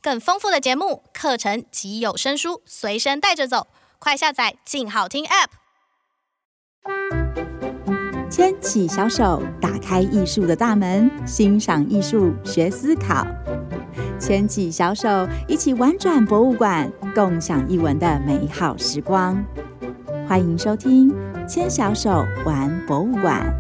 更丰富的节目、课程及有声书随身带着走，快下载静好听 App。 牵起小手，打开艺术的大门，欣赏艺术，学思考。牵起小手，一起玩转博物馆，共享艺文的美好时光。欢迎收听《牵小手玩博物馆》。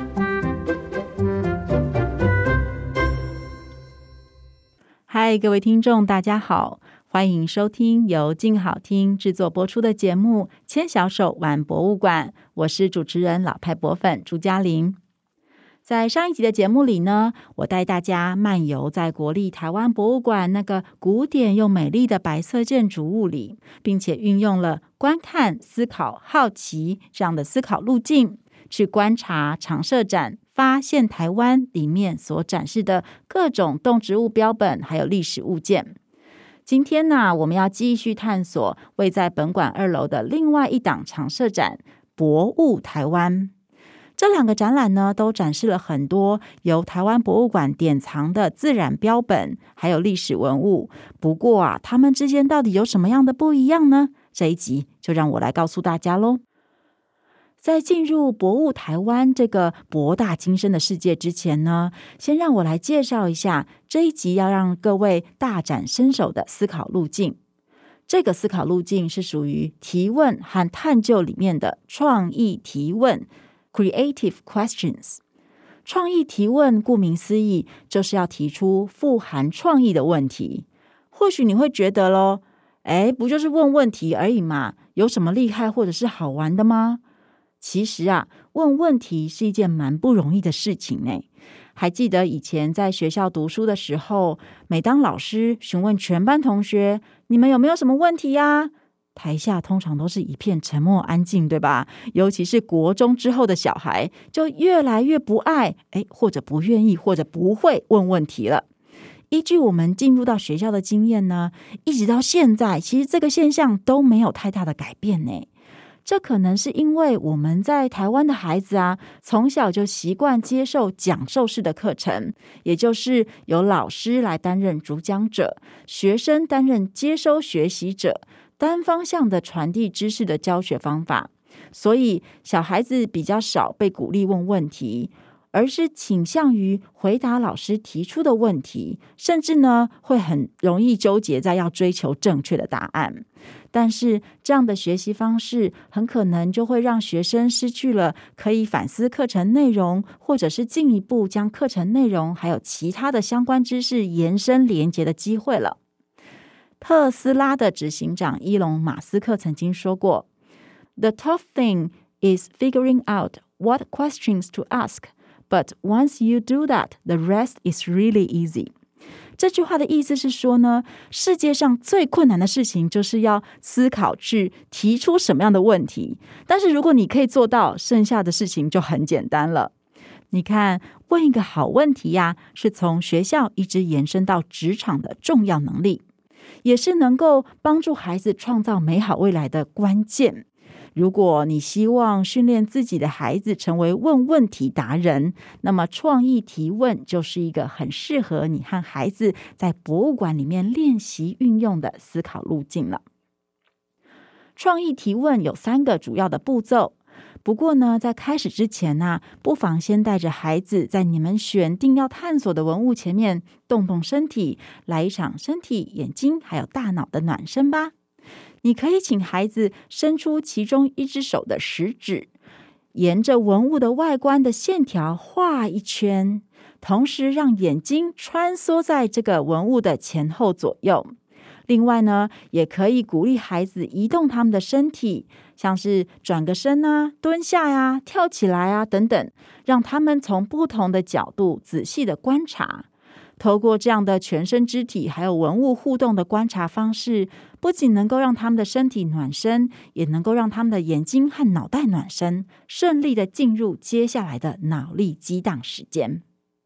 嗨，各位听众，大家好，欢迎收听由静好听制作播出的节目《牵小手玩博物馆》，我是主持人老派博粉朱嘉玲。在上一集的节目里呢，我带大家漫游在国立台湾博物馆那个古典又美丽的白色建筑物里，并且运用了观看、思考、好奇这样的思考路径，去观察常设展发现台湾里面所展示的各种动植物标本还有历史物件。今天呢，我们要继续探索位在本馆2楼的另外一档常设展博物台湾。这两个展览呢，都展示了很多由台湾博物馆典藏的自然标本还有历史文物。不过啊，它们之间到底有什么样的不一样呢？这一集就让我来告诉大家咯。在进入博物台湾这个博大精深的世界之前呢，先让我来介绍一下这一集要让各位大展身手的思考路径。这个思考路径是属于提问和探究里面的创意提问 Creative Questions。 创意提问顾名思义，就是要提出富含创意的问题。或许你会觉得咯，不就是问问题而已嘛，有什么厉害或者是好玩的吗？其实啊，问问题是一件蛮不容易的事情呢。还记得以前在学校读书的时候，每当老师询问全班同学，你们有没有什么问题呀？台下通常都是一片沉默安静，对吧？尤其是国中之后的小孩，就越来越不爱，或者不愿意，或者不会问问题了。依据我们进入到学校的经验呢，一直到现在，其实这个现象都没有太大的改变呢。这可能是因为我们在台湾的孩子啊，从小就习惯接受讲授式的课程，也就是由老师来担任主讲者，学生担任接收学习者，单方向的传递知识的教学方法。所以小孩子比较少被鼓励问问题，而是倾向于回答老师提出的问题，甚至呢会很容易纠结在要追求正确的答案。但是这样的学习方式很可能就会让学生失去了可以反思课程内容，或者是进一步将课程内容还有其他的相关知识延伸连结的机会了。特斯拉的执行长伊隆马斯克曾经说过， The tough thing is figuring out what questions to ask.But once you do that, the rest is really easy. 这句话的意思是说呢，世界上最困难的事情就是要思考去提出什么样的问题，但是如果你可以做到，剩下的事情就很简单了。你看，问一个好问题呀，是从学校一直延伸到职场的重要能力，也是能够帮助孩子创造美好未来的关键。如果你希望训练自己的孩子成为问问题达人，那么创意提问就是一个很适合你和孩子在博物馆里面练习运用的思考路径了。创意提问有3个主要的步骤，不过呢，在开始之前呢，不妨先带着孩子在你们选定要探索的文物前面动动身体，来一场身体、眼睛还有大脑的暖身吧。你可以请孩子伸出其中一只手的食指，沿着文物的外观的线条画一圈，同时让眼睛穿梭在这个文物的前后左右。另外呢，也可以鼓励孩子移动他们的身体，像是转个身啊、蹲下呀、跳起来啊等等，让他们从不同的角度仔细的观察。透过这样的全身肢体还有文物互动的观察方式，不仅能够让他们的身体暖身，也能够让他们的眼睛和脑袋暖身，顺利的进入接下来的脑力激荡时间。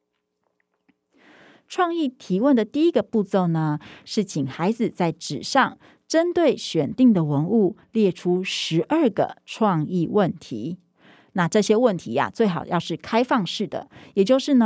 创意提问的第一个步骤呢，是请孩子在纸上针对选定的文物列出12个创意问题。那这些问题呀，最好要是开放式的，也就是呢，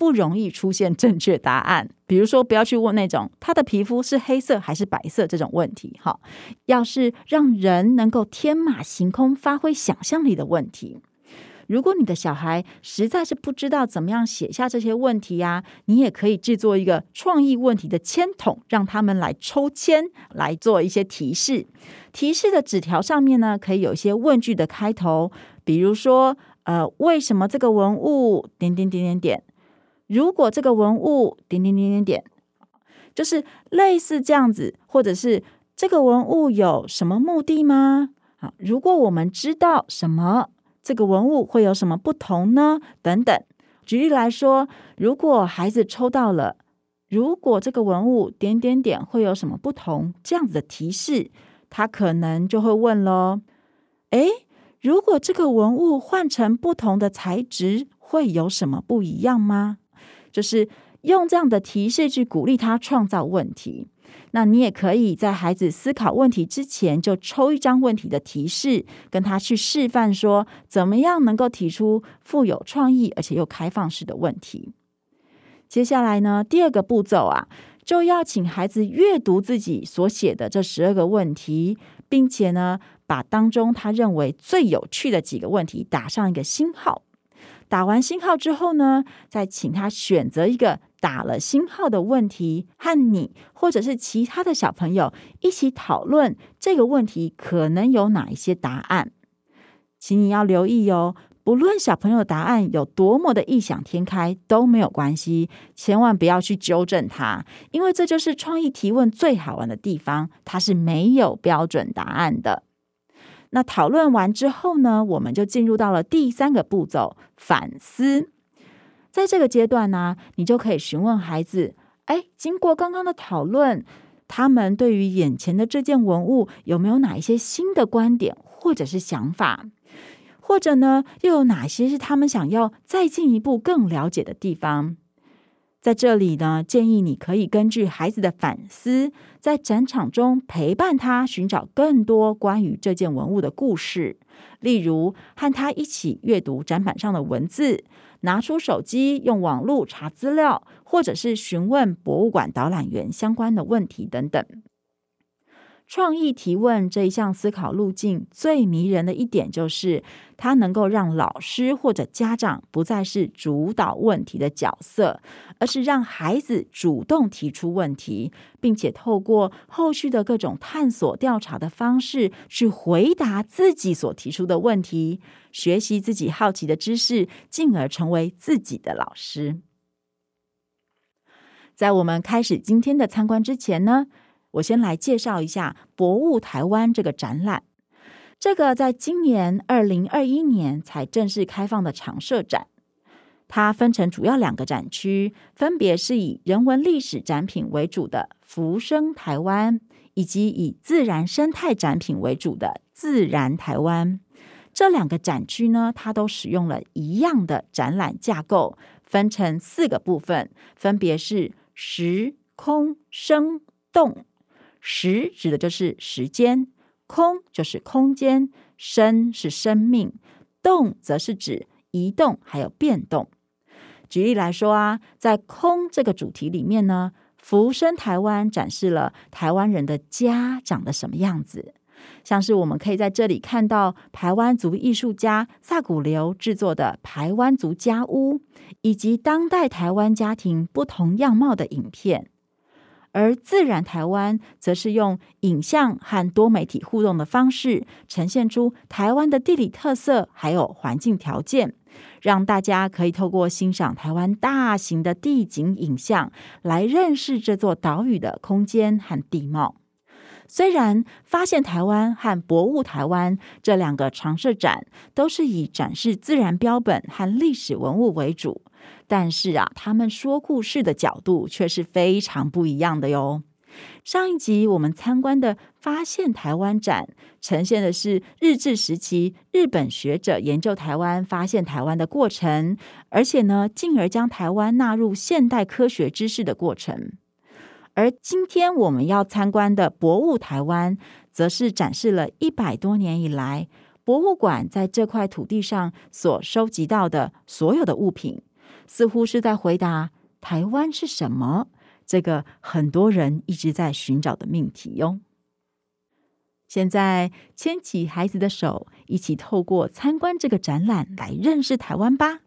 不容易出现正确答案。比如说不要去问那种他的皮肤是黑色还是白色这种问题，要是让人能够天马行空发挥想象力的问题。如果你的小孩实在是不知道怎么样写下这些问题啊，你也可以制作一个创意问题的签筒，让他们来抽签，来做一些提示。提示的纸条上面呢，可以有一些问句的开头，比如说为什么这个文物点点点点点，如果这个文物点点点点点，就是类似这样子，或者是这个文物有什么目的吗？如果我们知道什么，这个文物会有什么不同呢？等等。举例来说，如果孩子抽到了如果这个文物点点点会有什么不同，这样子的提示，他可能就会问咯，如果这个文物换成不同的材质，会有什么不一样吗？就是用这样的提示去鼓励他创造问题。那你也可以在孩子思考问题之前就抽一张问题的提示，跟他去示范说怎么样能够提出富有创意而且又开放式的问题。接下来呢，第二个步骤啊，就要请孩子阅读自己所写的这12个问题，并且呢把当中他认为最有趣的几个问题打上一个星号。打完星号之后呢，再请他选择一个打了星号的问题，和你或者是其他的小朋友一起讨论这个问题可能有哪一些答案。请你要留意哦，不论小朋友的答案有多么的异想天开都没有关系，千万不要去纠正他，因为这就是创意提问最好玩的地方，它是没有标准答案的。那讨论完之后呢，我们就进入到了第3个步骤，反思。在这个阶段呢，你就可以询问孩子，经过刚刚的讨论，他们对于眼前的这件文物有没有哪一些新的观点或者是想法，或者呢，又有哪些是他们想要再进一步更了解的地方。在这里呢，建议你可以根据孩子的反思，在展场中陪伴他寻找更多关于这件文物的故事，例如和他一起阅读展板上的文字，拿出手机用网络查资料，或者是询问博物馆导览员相关的问题等等。创意提问这一项思考路径最迷人的一点就是它能够让老师或者家长不再是主导问题的角色，而是让孩子主动提出问题，并且透过后续的各种探索调查的方式去回答自己所提出的问题，学习自己好奇的知识，进而成为自己的老师。在我们开始今天的参观之前呢，我先来介绍一下博物台湾这个展览。这个在今年2021年才正式开放的常设展，它分成主要2个展区，分别是以人文历史展品为主的浮生台湾，以及以自然生态展品为主的自然台湾。这2个展区呢，它都使用了一样的展览架构，分成4个部分，分别是时、空、生、动。时指的就是时间，空就是空间，生是生命，动则是指移动还有变动。举例来说啊，在空这个主题里面呢，浮生台湾展示了台湾人的家长得什么样子，像是我们可以在这里看到排湾族艺术家萨古流制作的排湾族家屋，以及当代台湾家庭不同样貌的影片。而自然台湾则是用影像和多媒体互动的方式，呈现出台湾的地理特色还有环境条件，让大家可以透过欣赏台湾大型的地景影像，来认识这座岛屿的空间和地貌。虽然发现台湾和博物台湾这2个常设展都是以展示自然标本和历史文物为主，但是他们说故事的角度却是非常不一样的哟。上一集我们参观的发现台湾展，呈现的是日治时期日本学者研究台湾、发现台湾的过程，而且呢，进而将台湾纳入现代科学知识的过程。而今天我们要参观的博物台湾，则是展示了100多年以来博物馆在这块土地上所收集到的所有的物品， 似乎是在回答台湾是什么，这个很多人一直在寻找的命题哟。现在牵起孩子的手，一起透过参观这个展览来认识台湾吧。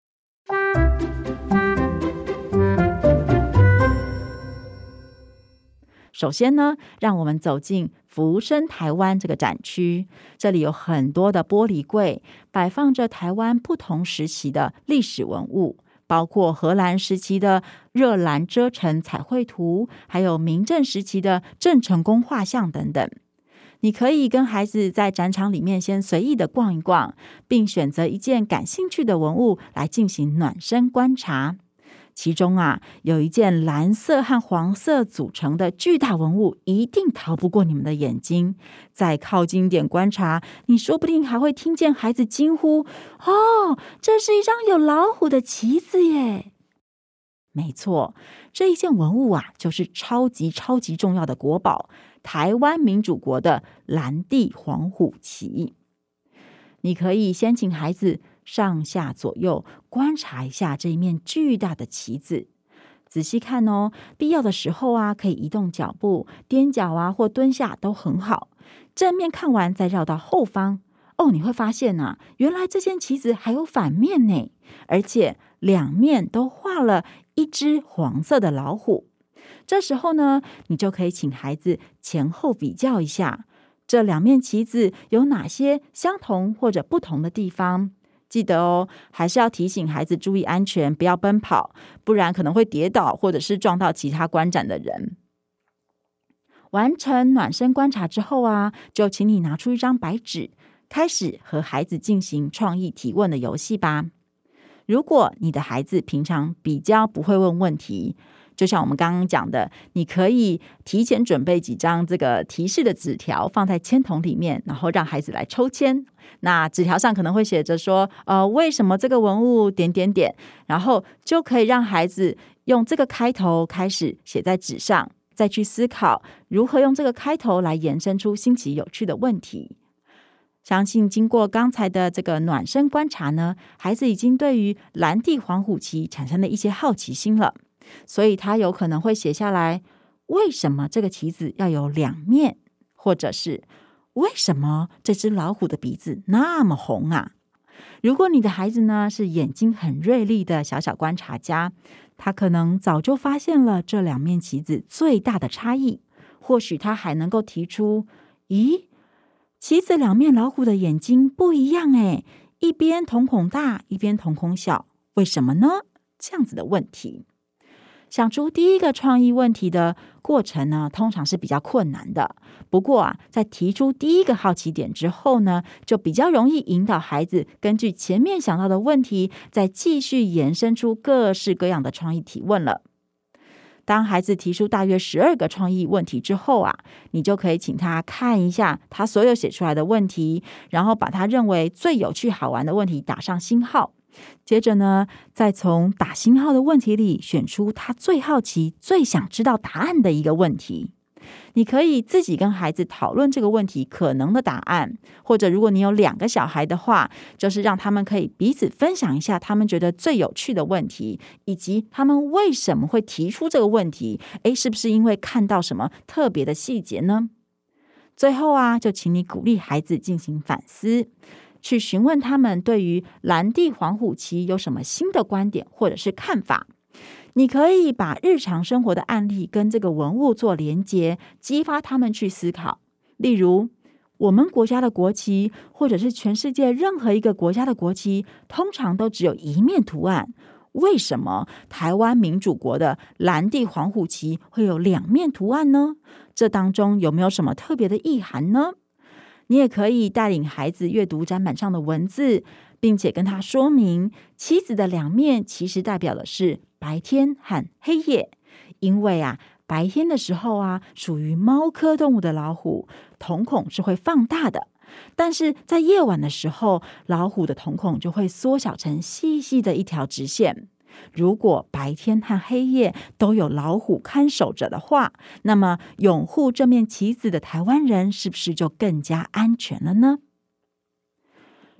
首先呢，让我们走进浮生台湾这个展区，这里有很多的玻璃柜，摆放着台湾不同时期的历史文物，包括荷兰时期的热兰遮城彩绘图，还有明郑时期的郑成功画像等等。你可以跟孩子在展场里面先随意的逛一逛，并选择一件感兴趣的文物来进行暖身观察。其中有一件蓝色和黄色组成的巨大文物，一定逃不过你们的眼睛。再靠近点观察，你说不定还会听见孩子惊呼：哦，这是一张有老虎的旗子耶！没错，这一件文物就是超级重要的国宝——台湾民主国的蓝地黄虎旗。你可以先请孩子上下左右观察一下这一面巨大的旗子，仔细看哦，必要的时候可以移动脚步，踮脚或蹲下都很好。正面看完再绕到后方，你会发现原来这件旗子还有反面呢，而且两面都画了一只黄色的老虎。这时候呢，你就可以请孩子前后比较一下，这两面旗子有哪些相同或者不同的地方。记得哦，还是要提醒孩子注意安全，不要奔跑，不然可能会跌倒或者是撞到其他观展的人。完成暖身观察之后就请你拿出一张白纸，开始和孩子进行创意提问的游戏吧。如果你的孩子平常比较不会问问题，就像我们刚刚讲的，你可以提前准备几张这个提示的纸条放在签筒里面，然后让孩子来抽签。那纸条上可能会写着说为什么这个文物点点点，然后就可以让孩子用这个开头开始写在纸上，再去思考如何用这个开头来延伸出新奇有趣的问题。相信经过刚才的这个暖身观察呢，孩子已经对于蓝地黄虎旗产生了一些好奇心了，所以他有可能会写下来，为什么这个旗子要有两面，或者是为什么这只老虎的鼻子那么红如果你的孩子呢是眼睛很锐利的小小观察家，他可能早就发现了这两面旗子最大的差异，或许他还能够提出，咦，旗子两面老虎的眼睛不一样耶，一边瞳孔大，一边瞳孔小，为什么呢？这样子的问题。想出第一个创意问题的过程呢，通常是比较困难的。不过在提出第一个好奇点之后呢，就比较容易引导孩子根据前面想到的问题，再继续延伸出各式各样的创意提问了。当孩子提出大约12个创意问题之后你就可以请他看一下他所有写出来的问题，然后把他认为最有趣好玩的问题打上星号。接着呢，再从打星号的问题里选出他最好奇、最想知道答案的一个问题。你可以自己跟孩子讨论这个问题可能的答案，或者如果你有2个小孩的话，就是让他们可以彼此分享一下他们觉得最有趣的问题，以及他们为什么会提出这个问题，是不是因为看到什么特别的细节呢？最后就请你鼓励孩子进行反思，去询问他们对于蓝地黄虎旗有什么新的观点或者是看法。你可以把日常生活的案例跟这个文物做连结，激发他们去思考。例如，我们国家的国旗，或者是全世界任何一个国家的国旗，通常都只有一面图案，为什么台湾民主国的蓝地黄虎旗会有2面图案呢？这当中有没有什么特别的意涵呢？你也可以带领孩子阅读展板上的文字，并且跟他说明旗子的2面其实代表的是白天和黑夜。因为白天的时候属于猫科动物的老虎瞳孔是会放大的，但是在夜晚的时候，老虎的瞳孔就会缩小成细细的一条直线。如果白天和黑夜都有老虎看守着的话，那么拥护这面旗子的台湾人是不是就更加安全了呢？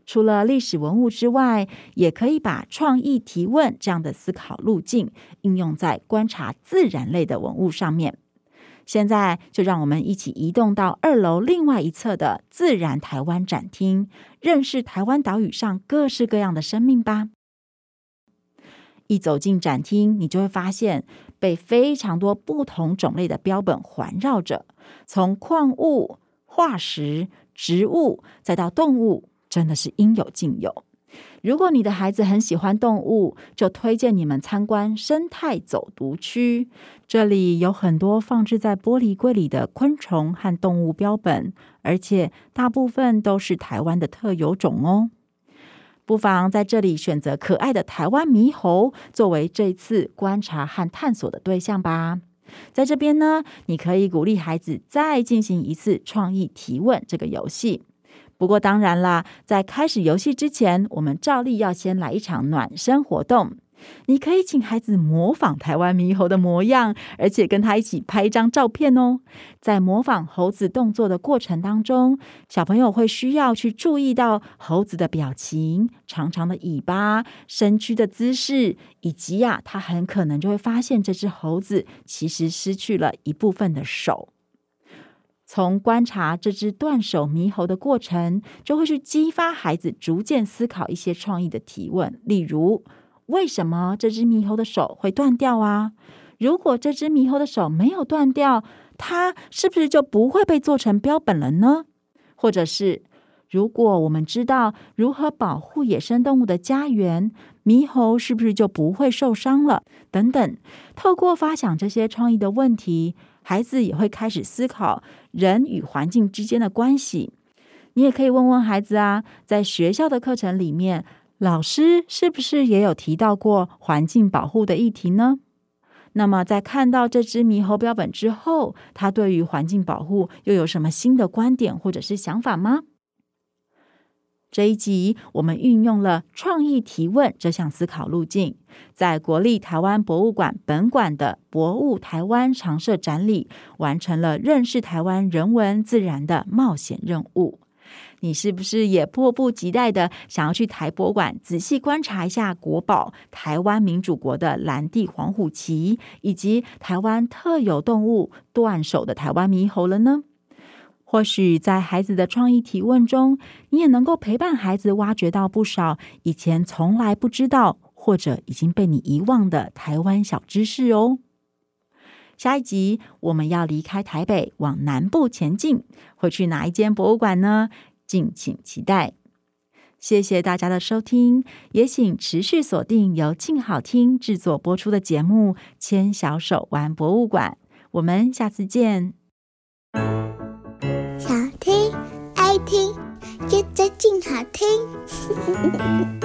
除了历史文物之外，也可以把创意提问这样的思考路径应用在观察自然类的文物上面。现在就让我们一起移动到2楼另外一侧的自然台湾展厅，认识台湾岛屿上各式各样的生命吧。一走进展厅，你就会发现被非常多不同种类的标本环绕着，从矿物、化石、植物再到动物，真的是应有尽有。如果你的孩子很喜欢动物，就推荐你们参观生态走读区。这里有很多放置在玻璃柜里的昆虫和动物标本，而且大部分都是台湾的特有种哦。不妨在这里选择可爱的台湾猕猴作为这一次观察和探索的对象吧。在这边呢，你可以鼓励孩子再进行一次创意提问这个游戏。不过当然啦，在开始游戏之前，我们照例要先来一场暖身活动。你可以请孩子模仿台湾猕猴的模样，而且跟他一起拍一张照片哦。在模仿猴子动作的过程当中，小朋友会需要去注意到猴子的表情、长长的尾巴、身躯的姿势，以及他很可能就会发现这只猴子其实失去了一部分的手。从观察这只断手猕猴的过程，就会去激发孩子逐渐思考一些创意的提问，例如为什么这只猕猴的手会断掉啊？如果这只猕猴的手没有断掉，它是不是就不会被做成标本了呢？或者是如果我们知道如何保护野生动物的家园，猕猴是不是就不会受伤了？等等，透过发想这些创意的问题，孩子也会开始思考人与环境之间的关系。你也可以问问孩子在学校的课程里面，老师是不是也有提到过环境保护的议题呢？那么在看到这只猕猴标本之后，他对于环境保护又有什么新的观点或者是想法吗？这一集我们运用了创意提问这项思考路径，在国立台湾博物馆本馆的博物台湾常设展里，完成了认识台湾人文自然的冒险任务。你是不是也迫不及待的想要去台博馆仔细观察一下国宝台湾民主国的蓝地黄虎旗，以及台湾特有动物断手的台湾猕猴了呢？或许在孩子的创意提问中，你也能够陪伴孩子挖掘到不少以前从来不知道或者已经被你遗忘的台湾小知识哦。下一集我们要离开台北往南部前进，会去哪一间博物馆呢？敬请期待。谢谢大家的收听，也请持续锁定由静好听制作播出的节目《牵小手玩博物馆》，我们下次见。 想听爱听，就在静好听。